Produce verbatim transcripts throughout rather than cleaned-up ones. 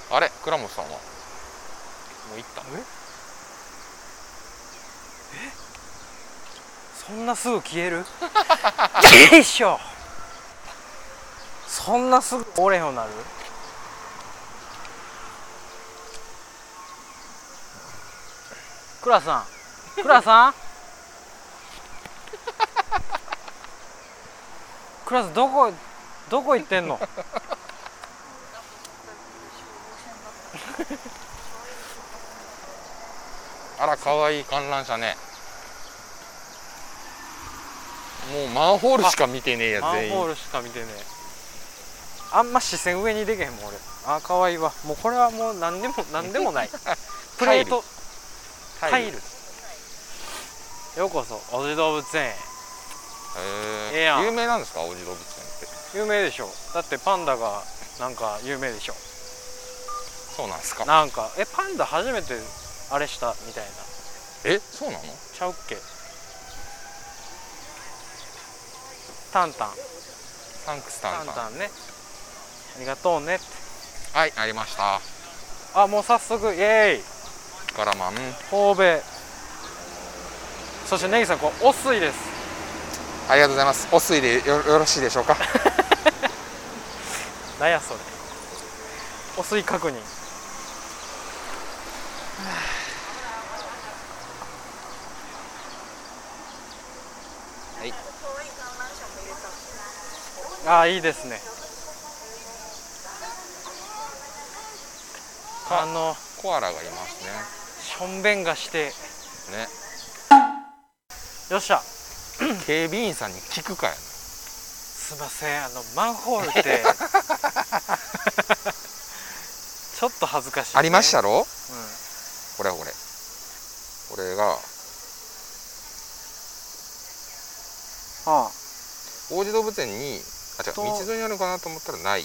あれ倉本さんはもう行った。 ええそんなすぐ消えるよいしょ。そんなすぐ折れへんようになる。倉さん倉さん倉さんどこどこ行ってんのあら可愛い観覧車ね。もうマンホールしか見てねえや全員。 マンホールしか見てねえ。あんま視線上にできへんもん俺。あ可愛いわ。もうこれはもう何でも何でもないプレートタイル。ようこそ王子動物園へ。 へええやん。 有名なんですか王子動物園って。 有名でしょ。だってパンダがなんか有名でしょ。 そうなんですか。 なんかえパンダ初めてあれしたみたいな。 えそうなの。 ちゃうっけ。タンタンサンクスタンタン。 タンタンね。ありがとうねって。 はいありました。 あもう早速イエーイ。 ガラマン神戸。そしてネギさんこうお水です。 ありがとうございます。お水で よ, よろしいでしょうか。 なんやそれ。お水確認。 はい。 ああいいですね。あのコアラがいますね。 しょんべんがしてね。 よっしゃ。 警備員さんに聞くかやな。 すいませんあのマンホールってちょっと恥ずかしい、ね、 ありましたろ、うん、 うん、 これこれこれが、はあ、 王子動物園にあ違う道沿いにあるかなと思ったらない。うん、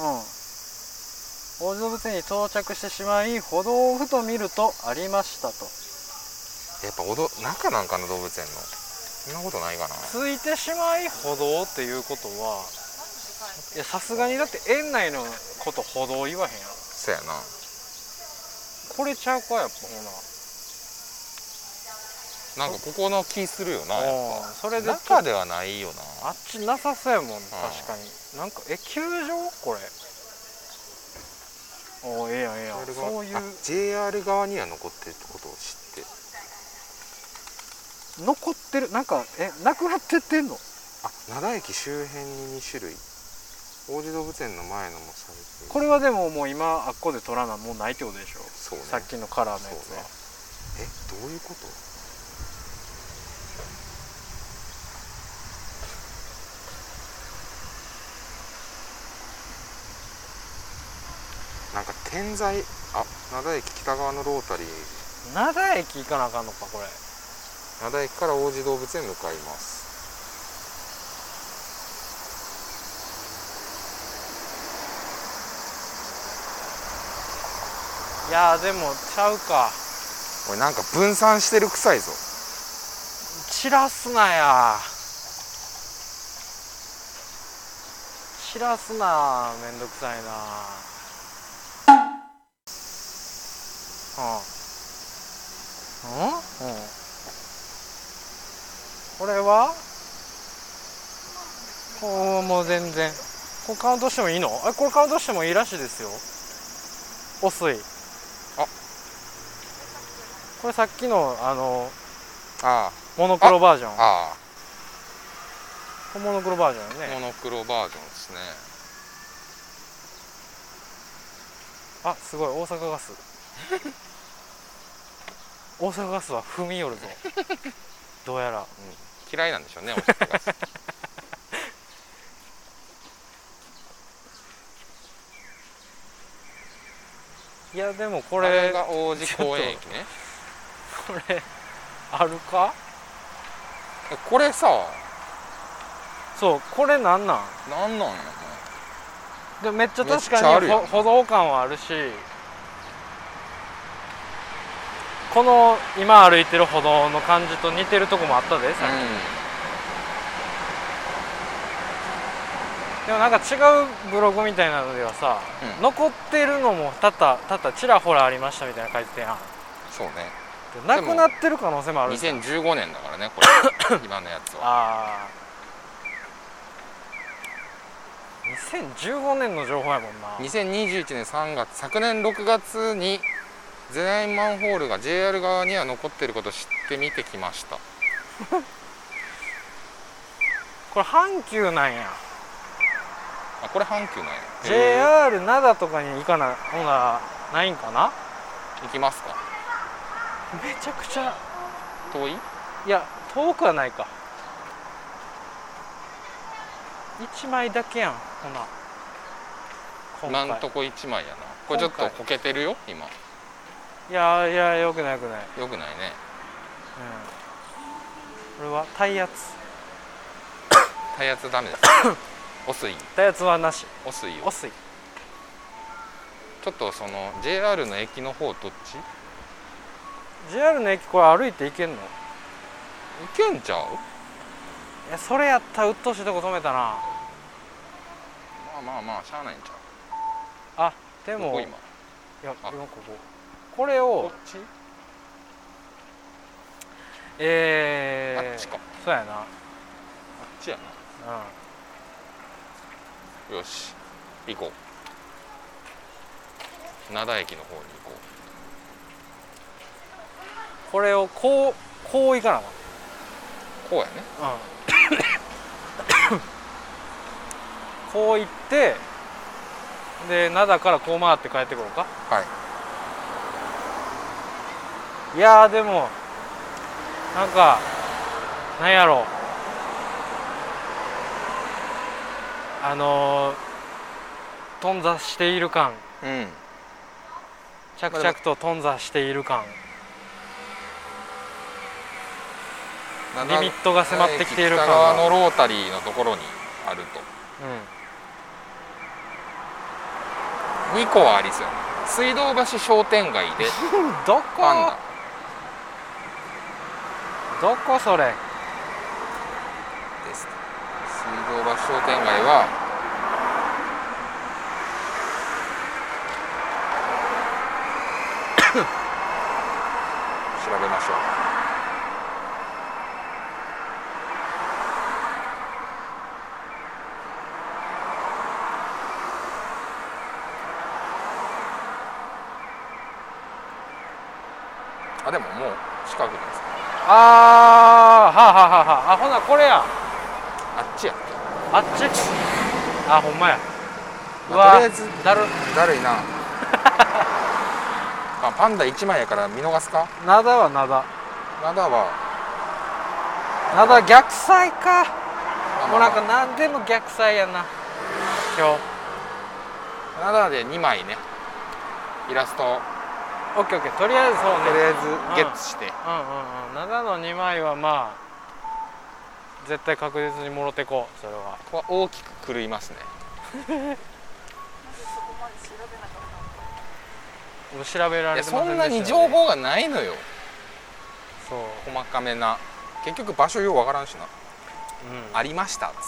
王子動物園に到着してしまい歩道をふと見るとありましたと。 やっぱおど中なんかの動物園のそんなことないかな。 ついてしまい歩道っていうことはいやさすがにだって園内のこと歩道言わへんやん。 そやな。 これちゃうかやっぱほな。なんかここの気するよなやっぱ。 それで中ではないよな。 あっちなさそうやもん確かに。なんかえ球場これ。おおええやんええやん。そういうジェイアール 側には残ってるってことを知って。 残ってるなんかえなくなってってんの。 あ灘駅周辺にに種類王子動物園の前のもされてる。 これはでももう今あっこで取らなもうないってことでしょ。 そうね。 さっきのカラーのやつは。 えどういうこと。なんか点在あ灘駅北側のロータリー。 灘駅行かなあかんのかこれ。 灘駅から王子動物園向かいます。 いやでもちゃうか。 これなんか分散してる臭いぞ。 散らすなや。散らすなめんどくさいな。はあ、うん、うん、これはこうもう全然これカウントしてもいいの。あこれカウントしてもいいらしいですよ。お水あこれさっきのあのあモノクロバージョン。 ああこれモノクロバージョンね。 モノクロバージョンですね。 あすごい大阪ガス大阪ガスは踏み寄るぞどうやら、うん、 嫌いなんでしょうね大阪ガスいやでもこれあれが王子公園駅ねこれあるか。 これさそうこれなんなんなんなんやでめっちゃ確かに歩道感はあるしこの今歩いてる歩道の感じと似てるとこもあったでさっき、 でもなんか違うブログみたいなのではさ、うん、残ってるのもたったたったちらほらありましたみたいな書いてたやん。 そうね。 なくなってる可能性もある。 にせんじゅうごねんだからねこれ今のやつは。 ああにせんじゅうごねんの情報やもんな。 にせんにじゅういちねんさんがつ、昨年ろくがつにゼナインマンホールが ジェイアール 側には残っていることを知ってみてきましたこれ阪急なんや。 あ、これ阪急なんや。 ジェイアール 灘とかに行かなほなないんかな。 行きますか。 めちゃくちゃ遠い。 いや遠くはないか。いちまいだけやんほな。 今んとこいちまいやな。これちょっとこけてるよ今。 いやいやよくないよくないよくないね。 うん、これは耐圧耐圧ダメです汚水。 耐圧はなし。 汚水を。 汚水。 ちょっとその ジェイアール の駅の方どっち？ ジェイアール の駅これ歩いて行けんの？ 行けんちゃう？ いやそれやったらうっとうしいとこ止めたな。 まあまあまあしゃあないんちゃう。 あでもここ今。 いや今こここれをこっち？ えー、 あっちか。 そうやな。あっちやな。うん。よし行こう。灘駅の方に行こう。これをこうこう行かなあかん。 こうやね。 うんこう行ってで灘からこう回って帰ってこうか。 はい。 いやーでもなんかなんやろうあのー、頓挫している感、 うん、 着々と頓挫している感、リミットが迫ってきている感が、 北側のロータリーのところにあると、うん、にこはありそうやな。水道橋商店街でどこパンダどこそれです。水道橋商店街は調べましょう。あ、でももう近くです。 あーはあはあはあ、あほなこれや。 あっちや。 あっちあほんまや。うまあ、 わとりあえずだるだるいなあ、パンダいちまいやから見逃すか。 灘は灘灘は灘逆サイか。 まあもうなんか何でも逆サイやな今日。 灘でにまいねイラストをオッケーオッケー。とりあえずそうね。 とりあえずゲッツして、 うんうんうん。灘のにまいはまあ絶対確実にもろてこう。それはここは大きく狂いますねもう調べらいやれてませんでしたよね。 そんなに情報がないのよ。 そう細かめな。結局場所ようわからんしな、 うん、 ありましたっつって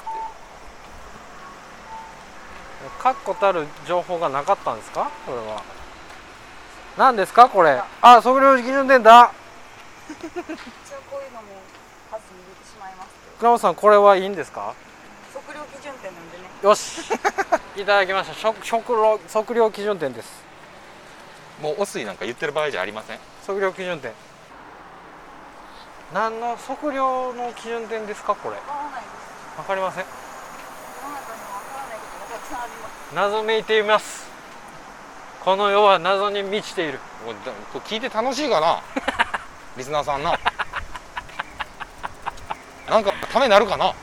確固たる情報がなかったんですか。これは何ですかこれ。あ、測量基準点だ一応こういうのも数に入れてしまいますけど。 倉本さんこれはいいんですか。 測量基準点なんでね。 よしいただきました。測測量測量基準点です。 もう汚水なんか言ってる場合じゃありません。 測量基準点何の測量の基準点ですかこれ。 わからないです。 わかりません。 世の中にはわからないことがたくさんあります。 謎めいています。この世は謎に満ちている。 これ聞いて楽しいかなリスナーさんななんかためになるかな。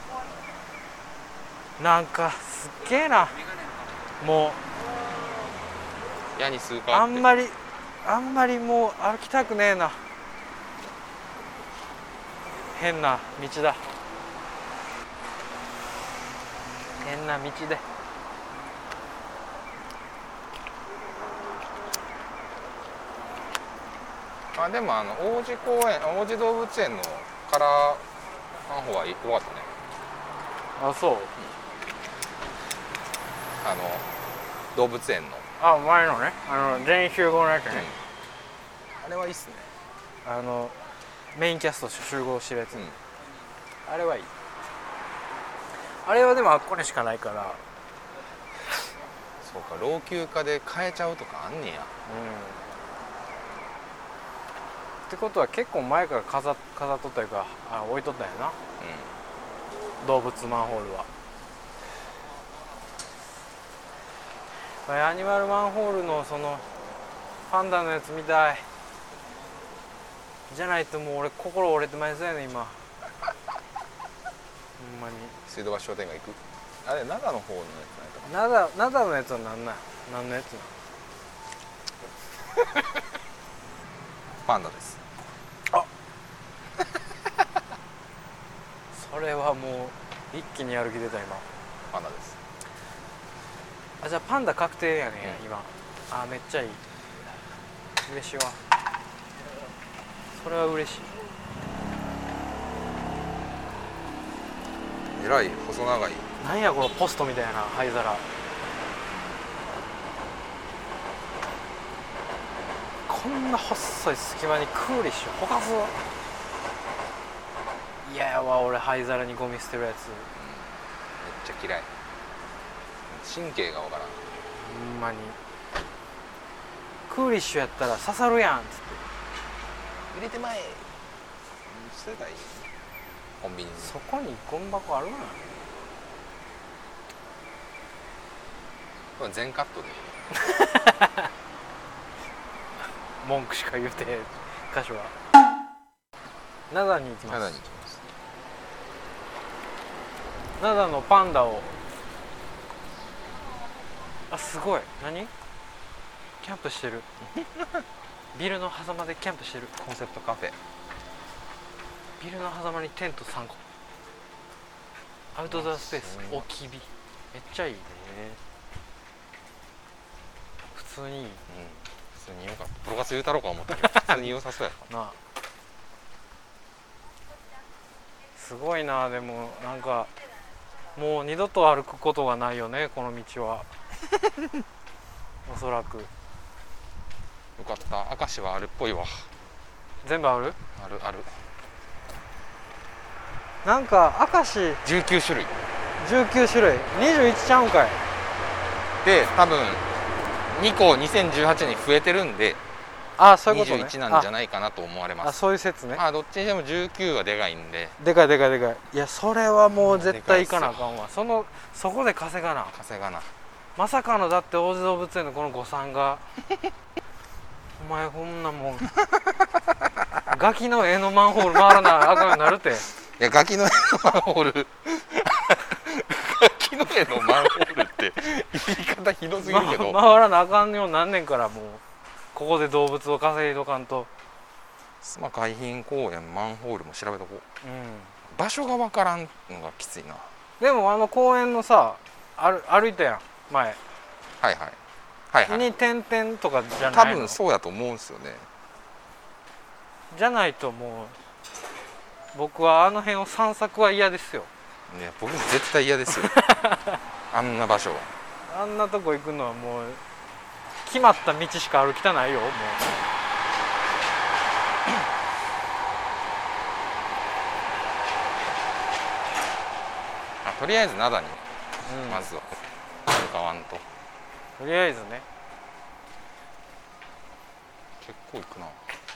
なんかすっげえな。も矢に数うかあんまりあんまりもう歩きたくねえな。変な道だ。変な道であでもあの王子公園王子動物園のカラーファンホは良かったね。 あそう、 あの動物園の、 あ、前のね、あの全員集合のやつね、 うん、あれはいいっすね。 あのメインキャスト集合してるやつ、 うん、 あれはいい。あれはでもあっこにしかないから。 そうか、老朽化で変えちゃうとかあんねや。 うん、ってことは結構前から飾飾っとったいうか、あ、置いとったんやな、 う動物マンホールは。これアニマルマンホールのそのパンダのやつ見たい。じゃないともう俺心折れてまいそうやねん今。ほんまに。 ん、水道橋商店街行く。あれ灘の方のやつないかな。 灘灘のやつはなんなんなんのやつなん。 パンダです。 あそれはもう一気にやる気出た今。 パンダです。 あ、じゃあパンダ確定やね、 うん、 今。あ、めっちゃいい。嬉しいわ。それは嬉しい。 えらい細長い。 なんやこのポストみたいな灰皿。こんな細い隙間にクーリッシュほかす。いややわ、俺灰皿にゴミ捨てるやつ。 めっちゃ嫌い。神経がわからん。 ほんまにクーリッシュやったら刺さるやんっつって入れてまえ。捨てたらいい。コンビニに。 そこにゴミ箱あるやん。 これ全カットで。 文句しか言うて箇所は。灘に行きます。 灘に行きます。 灘のパンダを。あ、すごい。何キャンプしてる。ビルの狭間でキャンプしてる。 コンセプトカフェ。 ビルの狭間にテントさんこ。アウトドアスペース置き火。めっちゃいいね。普通にいい。うん、 普通によかった。プロガス言うたろうか思ったけど普通に良さそうやったなあ。すごいな。でもなんかもう二度と歩くことがないよね、この道は。おそらく。 よかった。明石はあるっぽいわ。 全部ある？ あるある。 なんか明石じゅうきゅうしゅるい。 じゅうきゅうしゅるい。にじゅういちちゃうんかい。 で多分にこにせんじゅうはちに増えてるんで、 あ、そういうことね。 にじゅういちなんじゃないかなと思われます。 あ、そういう説ね。 まあどっちにしてもじゅうきゅうはでかいんで。 でかいでかいでかい。いや、それはもう絶対行かなあかんわ。そのそこで稼がな。 稼がな。 まさかのだって王子動物園のこの誤算がお前こんなもんガキの絵のマンホール回らなあかんようになるて。いや、ガキの絵のマンホールガキの絵のマンホールって言い方ひどすぎるけど、 ま、回らなあかんようになんねんから。もうここで動物を稼いどかんと。 須磨海浜公園マンホールも調べとこう。 うん、 場所がわからんのがきついな。 でもあの公園のさ、歩歩いたやん前。 はいはいはいはい。 に点々とかじゃ多ないの？ 分そうやと思うんですよね。 じゃないともう僕はあの辺を散策は嫌ですよ。 ね、僕も絶対嫌ですよあんな場所。 あんなとこ行くのはもう決まった道しか歩きたないよ。もうあ、とりあえず灘に、 うん、 まずは向かわんと。 とりあえずね。 結構行くな。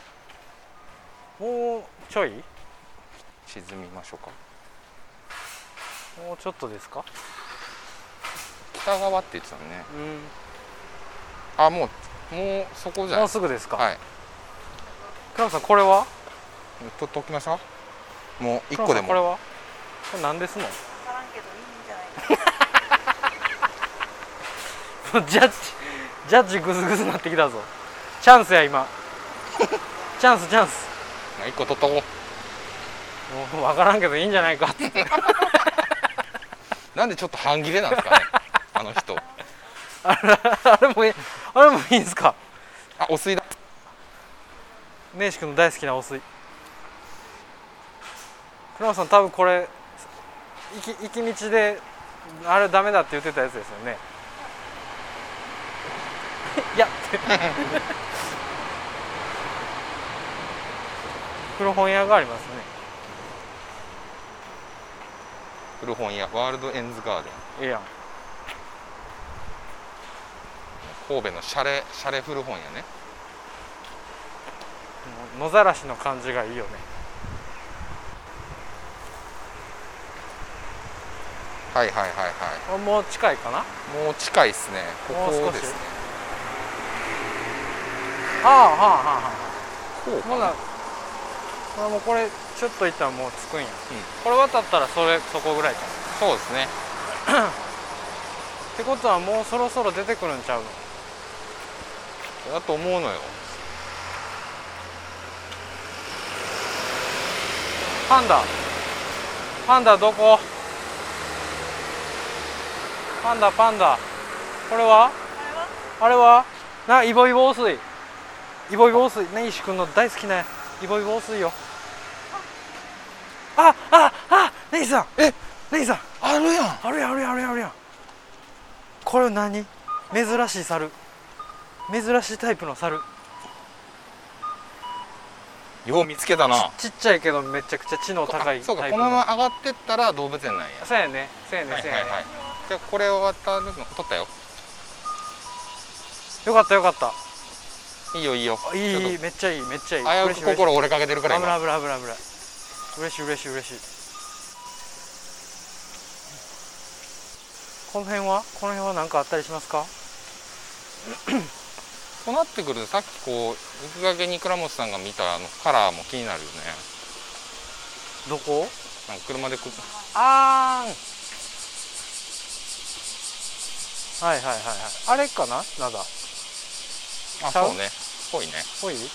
もうちょい？ 沈みましょうか。 もうちょっとですか？ 北側って言ってたのね。 うん。 あ、もうもうそこじゃない。 もうすぐですか？ はい。 倉本さんこれは？ とときましょう。もう一個でも。 これは？これ何ですの？ 分からんけどいいんじゃないかな。 ジャッジジャッジグズグズなってきたぞ。チャンスや今。チャンスチャンス。 まあ一個取っとこう。 もう分からんけどいいんじゃないかって。 なんでちょっと半切れなんですかねあの人。 あれあれもいいあれもいいんですか？ あ、お水だ。 根岸君の大好きなお水。倉本さん多分これ行き行き道であれダメだって言ってたやつですよね。 いやいやって古本屋がありますね。 古本屋ワールドエンズガーデン、 ええやん。 神戸のシャレシャレ古本屋ね。 野ざらしの感じがいいよね。 はいはいはいはあ、もう近いかな。 い。もう近いですね。ここもう少しですね。 ああ、はあはあはあ。 こうかな。 ほな、ほなもうこれちょっと行ったらもう着くんや。これ渡ったらそれそこぐらいかな。 そうですね。 ってことはもうそろそろ出てくるんちゃうの。 だと思うのよ。 パンダパンダどこ。パンダパンダ。これはあれはな、イボイボ水。イボイボ水、根岸君の大好きなイボイボ水よ。あああ、根岸さん、 え、 根岸さん、 あるやん。 あるやんあるやんあるやんあるやん。これ何、珍しい猿、珍しいタイプの猿。 よう見つけたな。 ちっちゃいけどめちゃくちゃ知能高いタイプの。 そうか、このまま上がってったら動物園なんや。 そうやね、そうやね、そうやね。 じゃあこれを渡るの取ったよ。 よかったよかった。 いいよいいよ。 いいいい、めっちゃいいめっちゃいい。 危うく心折れかけてるから危ない今。 危ない危ない危ない。嬉しい嬉しい嬉しい。この辺はこの辺は何かあったりしますか。 となってくるとさっきこう肉掛けに倉本さんが見たあのカラーも気になるよね。 どこ。 なんか車でくあーん、はいはいはいはい。あれかな、なんだ。 あ、 ちゃうそうね。ぽいね。 ぽい。 う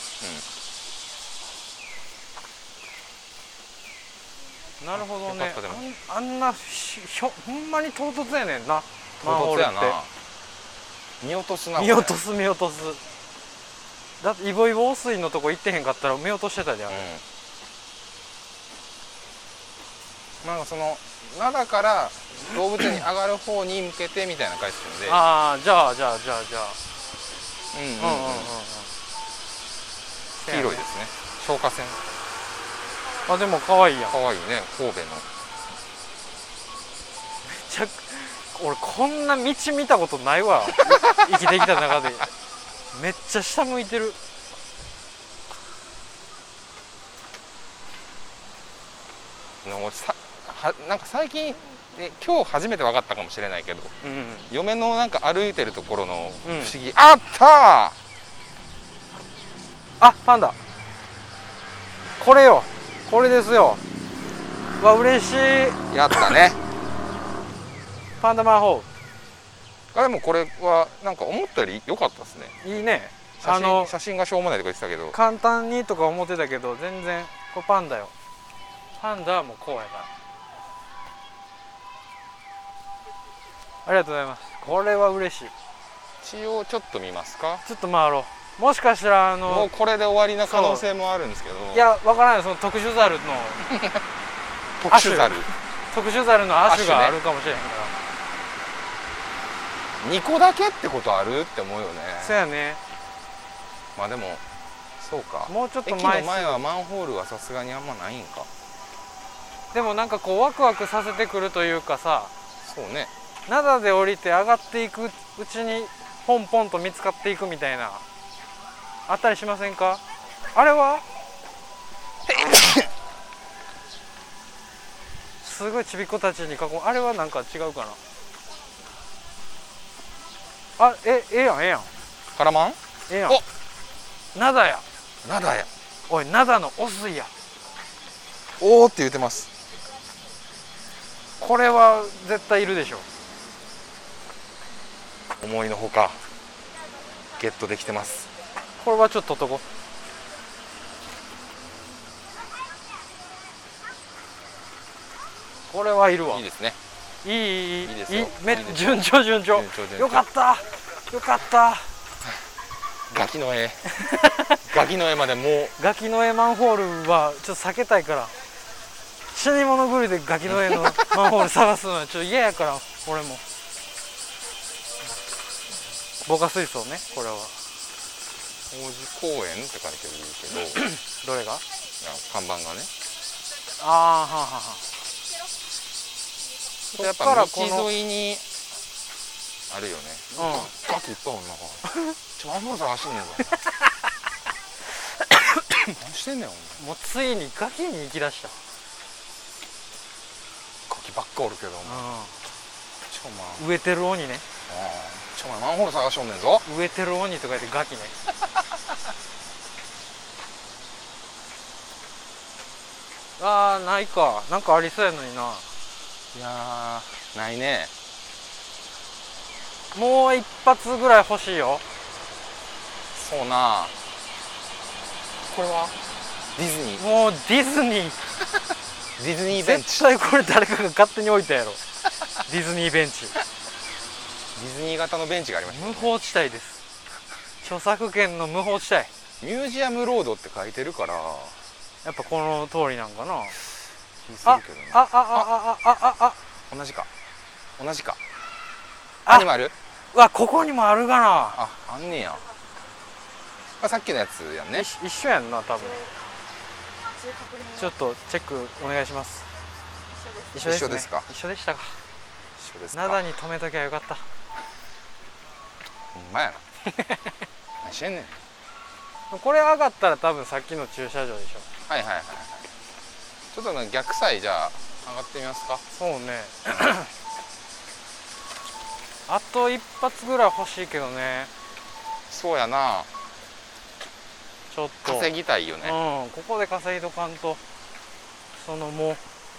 なるほどねよかったでも。 あん、あんなしひょほんまに唐突やねんな。 ん。 マンホールって唐突やな。見落とすな。 見落とす見落とす。だってイボイボ水のとこ行ってへんかったら見落としてたじゃん。 うん。なんかその灘から動物園に上がる方に向けてみたいな回数ので。 ああ、じゃあじゃあじゃあじゃあ。 うんうんうん。 うんうんうんうん。 黄色いですね。消火栓。 あ、でも可愛いやん。 可愛いね、神戸の。 ちゃ俺こんな道見たことないわ。生きてきた中でめっちゃ下向いてる。 のさはなんか最近え今日初めて分かったかもしれないけど、 うんうん、 嫁のなんか歩いてるところの不うん思議、あったー。 あ、パンダ。これよ、これですよ。わ、嬉しい。 やったね。 パンダマンホあ、でもこれはなんか思ったより良かったですね。 ールいいね。 写真あの写真がしょうもないとか言ってたけど、 簡単にとか思ってたけど全然これパンダよ。パンダはもうこうやから。ありがとうございます。これは嬉しい。 一応ちょっと見ますか。 ちょっと回ろう。もしかしたらあもうのこれで終わりな可能性もあるんですけど。 いや、わからない。その特殊ザルの特殊ザル特殊ザルの亜種亜種ねがあるかもしれへんから。 にこだけってことあるって思うよね。 そうやね。 まあでもそうか。 もうちょっと駅前の前はマンホールはさすがにあんまないんか。 でもなんかこうワクワクさせてくるというかさ、 そうね。 灘で降りて上がっていくうちにポンポンと見つかっていくみたいなあったりしませんか。あれはすごいちびっ子たちに囲む。あれはなんか違うかな。あ、え、ええやんええやんカラマン？ ええやん。 お、 灘や。 灘や。 おい、灘の汚水や。 おーって言ってます。 これは絶対いるでしょ。 思いのほかゲットできてます。 これはちょっととこ。これはいるわ。 いいですね。 いいいいいいですよめいいですよ順調順調順調順調よかったよかった。 ガキの絵ガキの絵までもうガキの絵マンホールはちょっと避けたいから。死に物狂いでガキの絵のマンホール探すのはちょっと嫌やから俺も。 防火水槽ね、これは。 王子公園って書いてるけどどれが？ いや看板がね、 ああ、はあはあはあ。 やっこっからぱこの道沿いにあるよね。 うん。 ガキいっぱいおんな。ちょマンホール探してんねんぞ。何してんねんお前。 もうついにガキに行きだした。 ガキばっかおるけどお前。 うちょお前。 ん。植えてる鬼ね。 ちょお前マンホール探しとんねんぞ。 植えてる鬼とか言ってガキね。あー、ないか。なんかありそうやのにな。 いやーないね。 もう一発ぐらい欲しいよ。 そうな。これはディズニー。 もうディズニー。 ディズニーベンチ。 絶対これ誰かが勝手に置いたやろ。ディズニーベンチ。 ディズニー型のベンチがありました、ね、 無法地帯です。著作権の無法地帯。 ミュージアムロードって書いてるからやっぱこの通りなんかな。 気すあるけどね。 ああああああああ同じか同じか。 あアニマル。 うわ、ここにもあるがな。 ああんねや。あさっきのやつやんね。 一一緒やんな、多分。 一応確認ちょっとチェックお願いします。一緒ですね。 一緒ですか。 一緒でしたか。 一緒ですか。 灘に止めときゃよかった。 ほんまやな。何してんねん。 これ上がったら多分さっきの駐車場でしょ。 はいはいはいはい。ちょっとね逆サイじゃあ上がってみますか。 そうね。あと一発ぐらい欲しいけどね。 そうやな。 ちょっと稼ぎたいよね。 うん、ここで稼いどかんと。そのもう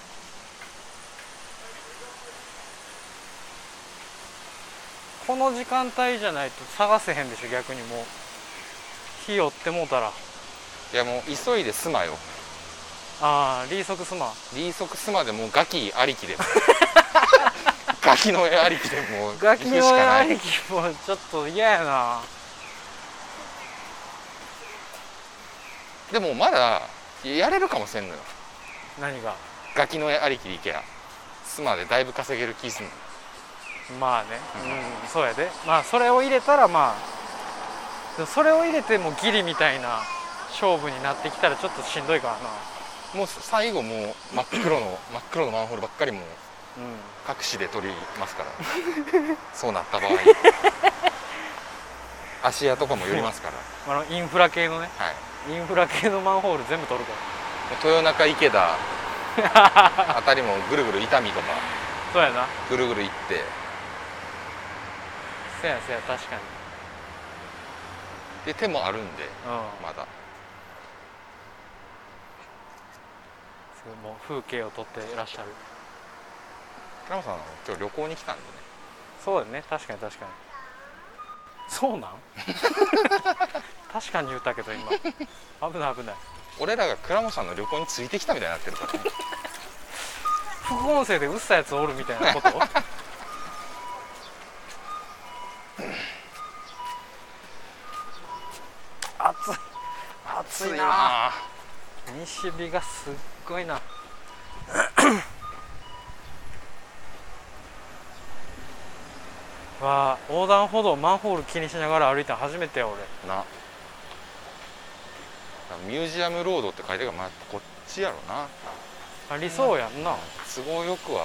この時間帯じゃないと探せへんでしょ。逆にもう日寄ってもうたら。 いやもう急いでスマよ。 ああ、リーソクスマ。 リーソクスマでもうガキありきでガキの絵ありきでもうガキの行くしかない。 兄貴もちょっと嫌やな。 でもまだやれるかもしれんのよ。 何が？ ガキの絵ありきでいけやスマでだいぶ稼げる気すんの。 まあね、うん、そうやで。まあそれを入れたらまあでもそれを入れてもギリみたいな勝負になってきたらちょっとしんどいからな。 もう最後もう真っ黒の真っ黒のマンホールばっかりもううん、 各紙で取りますからそうなった場合芦屋とかも寄りますからあのインフラ系のね、 はいインフラ系のマンホール全部取るか豊中池田らあたりもぐるぐる伊丹とかそうやな。 ぐるぐる行ってせやせや、確かに。 で手もあるんでうん、 まだすごいもう風景を撮っていらっしゃる。 倉本さん今日旅行に来たんでね。 そうだね、確かに確かに。そうなん確かに言ったけど今危ない危ない。 俺らが倉本さんの旅行についてきたみたいになってるからね副音声でうっさいやつおるみたいなこと暑い暑いな。西日がすっごいなわあ、横断歩道マンホール気にしながら歩いたの初めてや俺。 なミュージアムロードって書いてるから、まあ、こっちやろな。 ありそうやんな。 都合よく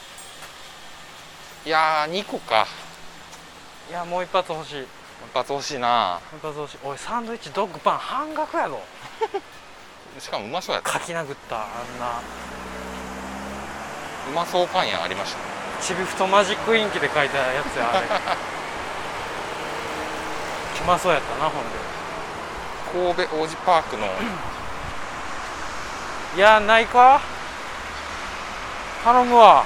はいやーにこか。 いや、もう一発欲しい。 一発欲しいな。 もう一発欲しい。おい、サンドイッチドッグパン半額やろ。 しかもうまそうやった。 書き殴ったあんなうまそうパン屋ありましたね。 チビフトマジックインキで書いたやつやあれうまそうやったな。ほんで神戸王子パークのいや、ないか、頼むわ。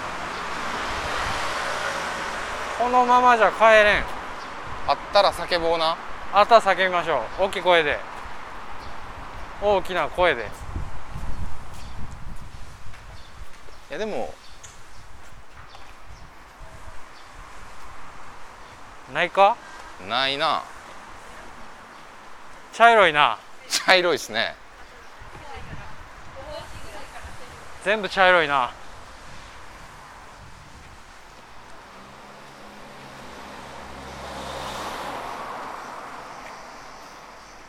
このままじゃ帰れん。 あったら叫ぼうな。 あとは叫びましょう。大きい声で、大きな声で。 いやでもないか。 ないな。 茶色いな。 茶色いですね。 全部茶色いな。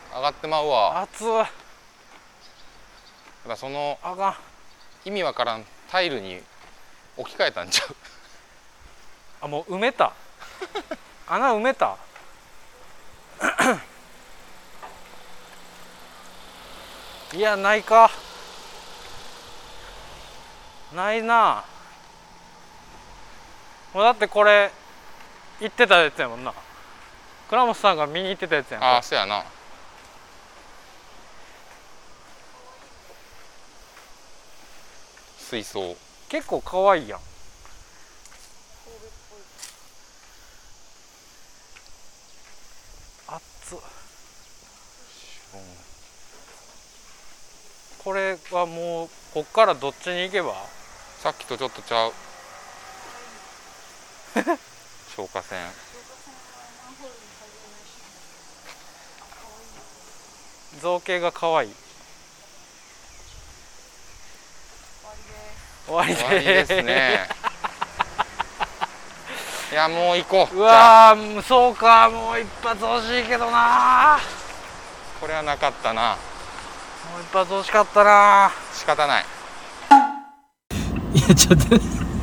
上がってまうわ。 熱っ。 だからそのあかん。 意味わからんタイルに置き換えたんちゃう。 あ、もう埋めた。穴埋めた。いや、ないか。ないな。もうだってこれ行ってたやつやもんな。倉本さんが見に行ってたやつやん。 ああ、そうやな。水槽結構可愛いやん。熱っ。これはもうこっからどっちに行けば。 さっきとちょっとちゃう。消火栓。 造形が可愛い。終わりです。 終わりですね。いや、もう行こう。 うわー、そうか、もう一発欲しいけどな。 これはなかったな。 もう一発欲しかったな。 仕方ない。 いや、ちょっと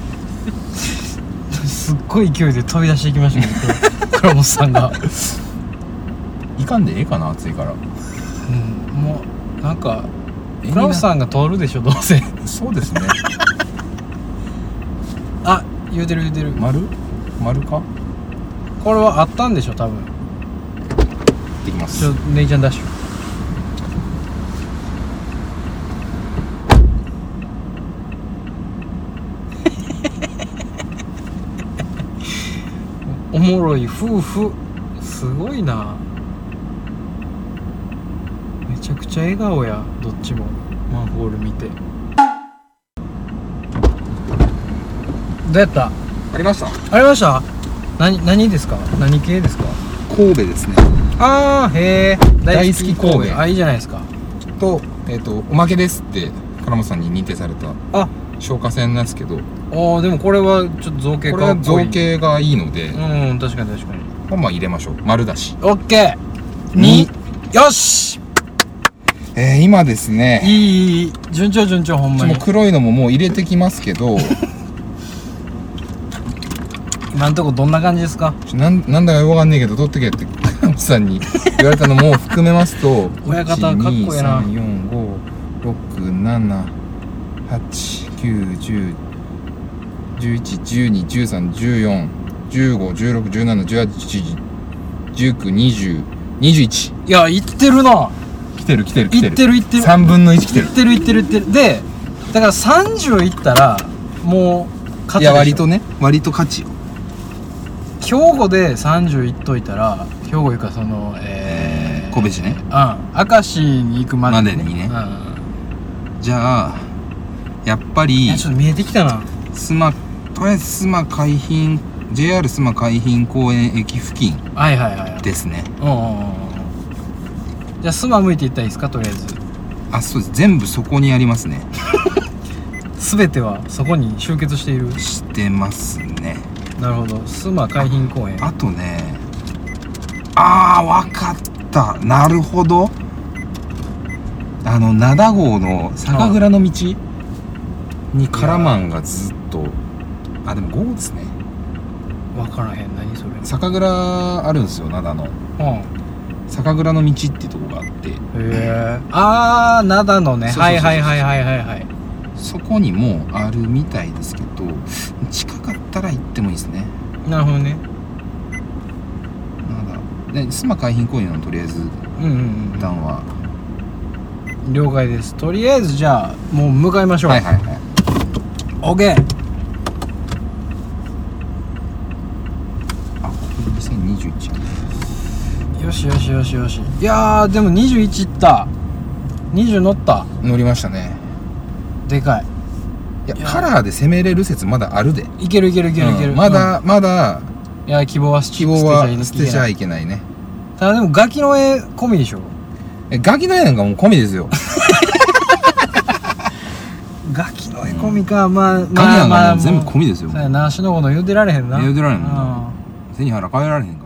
すっごい勢いで飛び出していきましたね、倉本さんが。 いかんでええかな、暑いから。 うん、もうなんか倉本さんが通るでしょ、どうせ。 そうですね。 あ、言うてる言うてる。 丸丸か。 これはあったんでしょ、多分。 できまちょ、 す。 姉ちゃんダッシュ。おもろい夫婦、すごいな。めちゃくちゃ笑顔や、どっちも。マンホール見て。どうやった？ ありました。 ありました？何、何ですか？何系ですか？ 神戸ですね。 あー、へー、 大好き神戸あ、いいじゃないですか。 と、えっと、おまけですって倉本さんに認定されたあ、 消火栓なんですけど、 あー、でもこれはちょっと造形これはかっこいい。 造形がいいので、 うん、確かに確かに。 まあまあ入れましょう。丸だし。 オッケー。 にに、よし。 えー、今ですね、 いい、いい、順調順調、ほんまにもう。黒いのももう入れてきますけど、 今んとこどんな感じですか？ ちょなんなんだかわかんねえけど取ってけって倉本さんに言われたのも含めますと、 親方かっこいいな。 いちにさんよんごろくななはちきゅうじゅうじゅういちじゅうにじゅうさんじゅうよんじゅうごじゅうろくじゅうななじゅうはちじゅうきゅうにじゅうにじゅういち。 いや、いってるな。 来てる来てる来てるいってるいってる。 さんぶんのいち来てる。 いってるいってるいってる。で、だからさんじゅういったらもう勝つでしょ。 いや割とね、割と勝ちよ。 兵庫でさんじゅういっといたら、兵庫いうかそのえー、 神戸市ね。 うん、明石に行くまでまでにね。 うん。 じゃあやっぱりいや、ちょっと見えてきたな。 須磨、とりあえず須磨海浜 ジェイアール 須磨海浜公園駅付近はいはいはい。 ですね。 うんうんうんうん。じゃあスマ向いていったらいいですか、とりあえず。 あ、そうです。全部そこにありますね。 すべてはそこに集結している。 してますね。 なるほど。須磨海浜公園。 あとね、あーわかった。なるほど。あの灘号の酒蔵の道にカラマンがずっと、あ、でも号ですね。 わからへん、何それ。 酒蔵あるんですよ、灘の。 うん。 酒蔵の道っていうところがあって、 へえ。あー、灘のね。 そうそうそうそうはいはいはいはいはいはい。 そこにもあるみたいですけど、近かったら行ってもいいですね。 なるほどね。 まだで須磨海浜公園のとりあえずうんうん一旦は、 うん。了解です。とりあえずじゃあもう向かいましょう。 はいはいはい。 オッケー。 あ、ここにせんにじゅういち。 よしよしよしよし。いやー、でもにじゅういちいった。にじゅう乗った。 乗りましたね。 でかい。 いやいやカラーで攻めれる説まだあるで。 いけるいけるいけるいける。 うんまだ、まだうん。いや、希望は希望は捨てちゃい。 いけないね。 ただでもガキの絵込みでしょ。 えガキの絵なんかもう込みですよ。 ガキの絵込みか、まあガキまあなんまあもうかもう全部込みですよ。 そうやな、しのごの言うてられへんな。 言うてられへんうん。 背に腹変えられへんから。